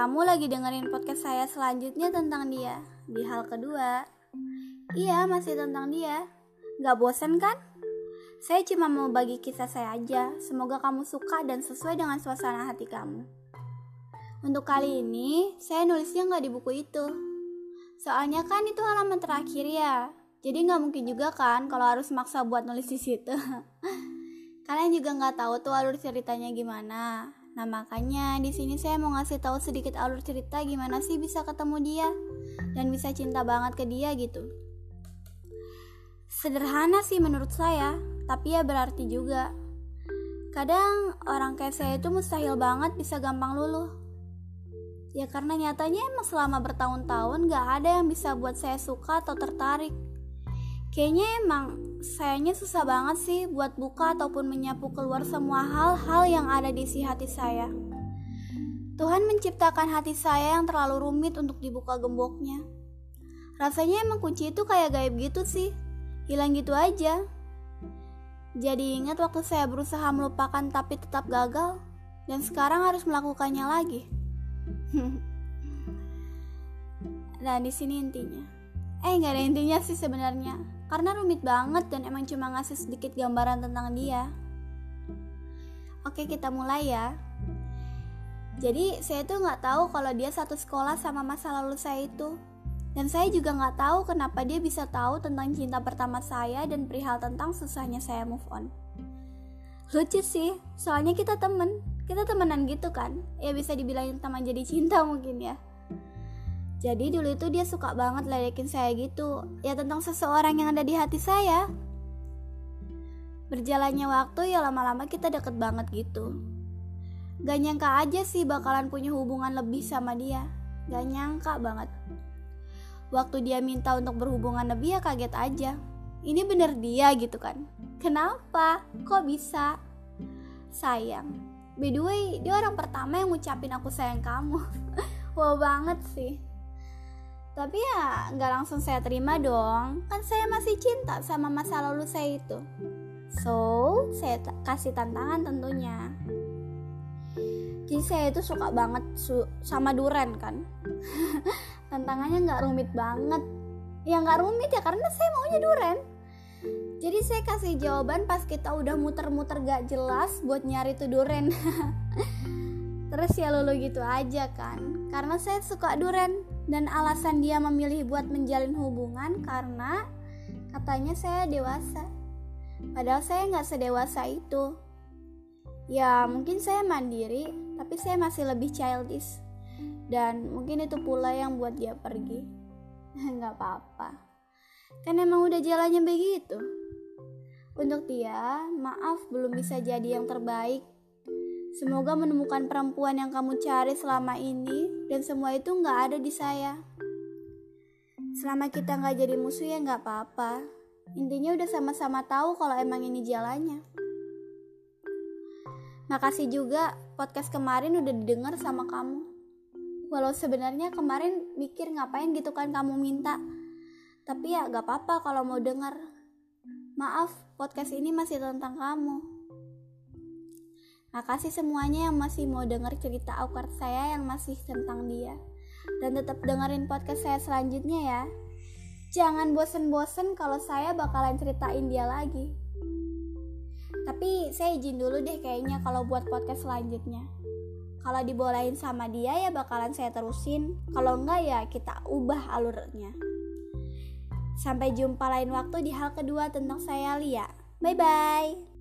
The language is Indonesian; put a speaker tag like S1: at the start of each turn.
S1: kamu lagi dengerin podcast saya selanjutnya tentang dia. Di hal kedua, iya masih tentang dia. Gak bosan kan? Saya cuma mau bagi kisah saya aja. Semoga kamu suka dan sesuai dengan suasana hati kamu. Untuk kali ini, saya nulisnya gak di buku itu. Soalnya kan itu halaman terakhir ya. Jadi gak mungkin juga kan kalau harus maksa buat nulis di situ. Kalian juga gak tahu tuh alur ceritanya gimana. Nah makanya di sini saya mau ngasih tahu sedikit alur cerita gimana sih bisa ketemu dia dan bisa cinta banget ke dia gitu. Sederhana sih menurut saya, tapi ya berarti juga. Kadang orang kayak saya itu mustahil banget bisa gampang luluh. Ya karena nyatanya emang selama bertahun-tahun gak ada yang bisa buat saya suka atau tertarik. Kayaknya emang sayanya susah banget sih buat buka ataupun menyapu keluar semua hal-hal yang ada di isi hati saya. Tuhan menciptakan hati saya yang terlalu rumit untuk dibuka gemboknya. Rasanya emang kunci itu kayak gaib gitu sih, hilang gitu aja. Jadi ingat waktu saya berusaha melupakan tapi tetap gagal, dan sekarang harus melakukannya lagi. Nah di sini intinya. Nggak ada intinya sih sebenarnya, karena rumit banget dan emang cuma ngasih sedikit gambaran tentang dia. Oke, kita mulai ya. Jadi saya tuh nggak tahu kalau dia satu sekolah sama masa lalu saya itu, dan saya juga nggak tahu kenapa dia bisa tahu tentang cinta pertama saya dan perihal tentang susahnya saya move on. Lucu sih, soalnya kita temenan gitu kan, ya bisa dibilangin teman jadi cinta mungkin ya. Jadi dulu itu dia suka banget ledekin saya gitu, ya tentang seseorang yang ada di hati saya. Berjalannya waktu ya lama-lama kita deket banget gitu. Gak nyangka aja sih bakalan punya hubungan lebih sama dia. Gak nyangka banget. Waktu dia minta untuk berhubungan lebih ya kaget aja. Ini bener dia gitu kan. Kenapa? Kok bisa? Sayang. By the way, dia orang pertama yang ngucapin aku sayang kamu. Wow banget sih. Tapi ya gak langsung saya terima dong. Kan saya masih cinta sama masa lalu saya itu. So, saya kasih tantangan tentunya. Jadi saya itu suka banget sama durian kan. Tantangannya gak rumit banget. Ya gak rumit ya karena saya maunya durian. Jadi saya kasih jawaban pas kita udah muter-muter gak jelas buat nyari tuh durian. Terus ya lulu gitu aja kan. Karena saya suka durian. Dan alasan dia memilih buat menjalin hubungan karena katanya saya dewasa. Padahal saya gak sedewasa itu. Ya mungkin saya mandiri, tapi saya masih lebih childish. Dan mungkin itu pula yang buat dia pergi. Gak apa-apa, kan emang udah jalannya begitu. Untuk dia, maaf belum bisa jadi yang terbaik. Semoga menemukan perempuan yang kamu cari selama ini, dan semua itu gak ada di saya. Selama kita gak jadi musuh ya gak apa-apa. Intinya udah sama-sama tahu kalau emang ini jalannya. Makasih juga podcast kemarin udah didengar sama kamu. Walau sebenarnya kemarin mikir ngapain gitu kan kamu minta. Tapi ya gak apa-apa kalau mau denger. Maaf, podcast ini masih tentang kamu. Makasih semuanya yang masih mau denger cerita awkward saya yang masih tentang dia. Dan tetap dengerin podcast saya selanjutnya ya. Jangan bosen-bosen kalau saya bakalan ceritain dia lagi. Tapi saya izin dulu deh kayaknya kalau buat podcast selanjutnya. Kalau dibolehin sama dia ya bakalan saya terusin. Kalau enggak ya kita ubah alurnya. Sampai jumpa lain waktu di hal kedua tentang saya Lia. Bye-bye.